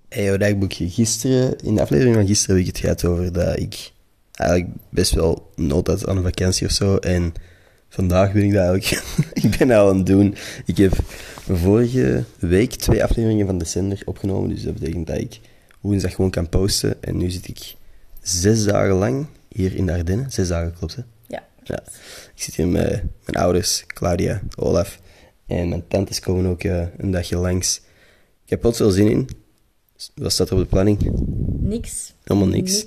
Hey, wat dagboek. Gisteren, in de aflevering van gisteren heb ik het gehad over dat ik eigenlijk best wel nood had aan een vakantie of zo. En vandaag ben ik dat eigenlijk... ik ben dat al aan het doen. Ik heb vorige week 2 afleveringen van december opgenomen. Dus dat betekent dat ik woensdag gewoon kan posten. En nu zit ik 6 dagen lang hier in de Ardennen. 6 dagen, klopt hè? Ja. Ik zit hier met mijn ouders, Claudia, Olaf. En mijn tantes komen ook een dagje langs. Ik heb plots wel zin in. Wat staat er op de planning? Niks. Helemaal niks.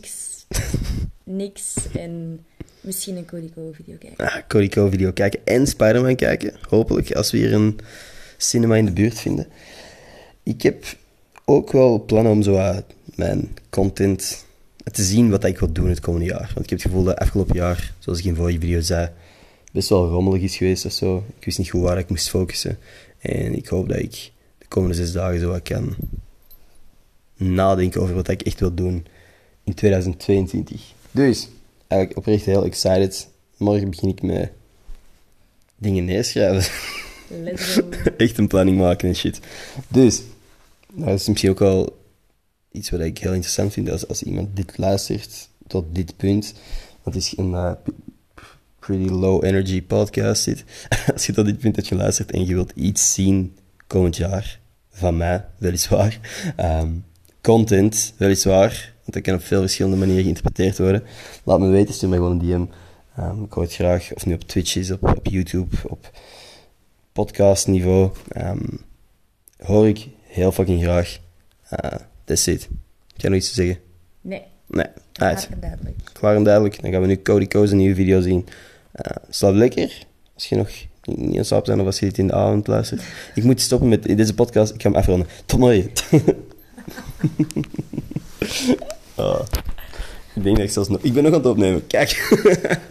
Niks. En misschien een Codico-video kijken. Codico-video kijken en Spider-Man kijken. Hopelijk, als we hier een cinema in de buurt vinden. Ik heb ook wel plannen om zo mijn content te zien wat ik wil doen het komende jaar. Want ik heb het gevoel dat afgelopen jaar, zoals ik in vorige video zei, best wel rommelig is geweest of zo. Ik wist niet goed waar ik moest focussen. En ik hoop dat ik de komende 6 dagen zo wat kan nadenken over wat ik echt wil doen in 2022. Dus, eigenlijk oprecht heel excited. Morgen begin ik met dingen neerschrijven. Let's go. Echt een planning maken en shit. Dus, dat is misschien ook wel iets wat ik heel interessant vind als iemand dit luistert tot dit punt. Want het is een pretty low energy podcast zit. Als je tot dit punt hebt geluisterd en je wilt iets zien komend jaar, van mij, weliswaar. Content, weliswaar, want dat kan op veel verschillende manieren geïnterpreteerd worden. Laat me weten, stuur me gewoon een DM. Ik hoor het graag, of nu op Twitch is, op YouTube, op podcastniveau. Hoor ik heel fucking graag. That's it. Heb jij nog iets te zeggen? Nee. Uit. Klaar en duidelijk. Klaar en duidelijk. Dan gaan we nu Cody Co's een nieuwe video zien. Slaap lekker. Als je nog niet aan slaap bent of als je dit in de avond luistert. Ik moet stoppen met deze podcast. Ik ga hem afronden. Tot morgen. Ik denk dat ik zelfs nog... Ik ben nog aan het opnemen. Kijk.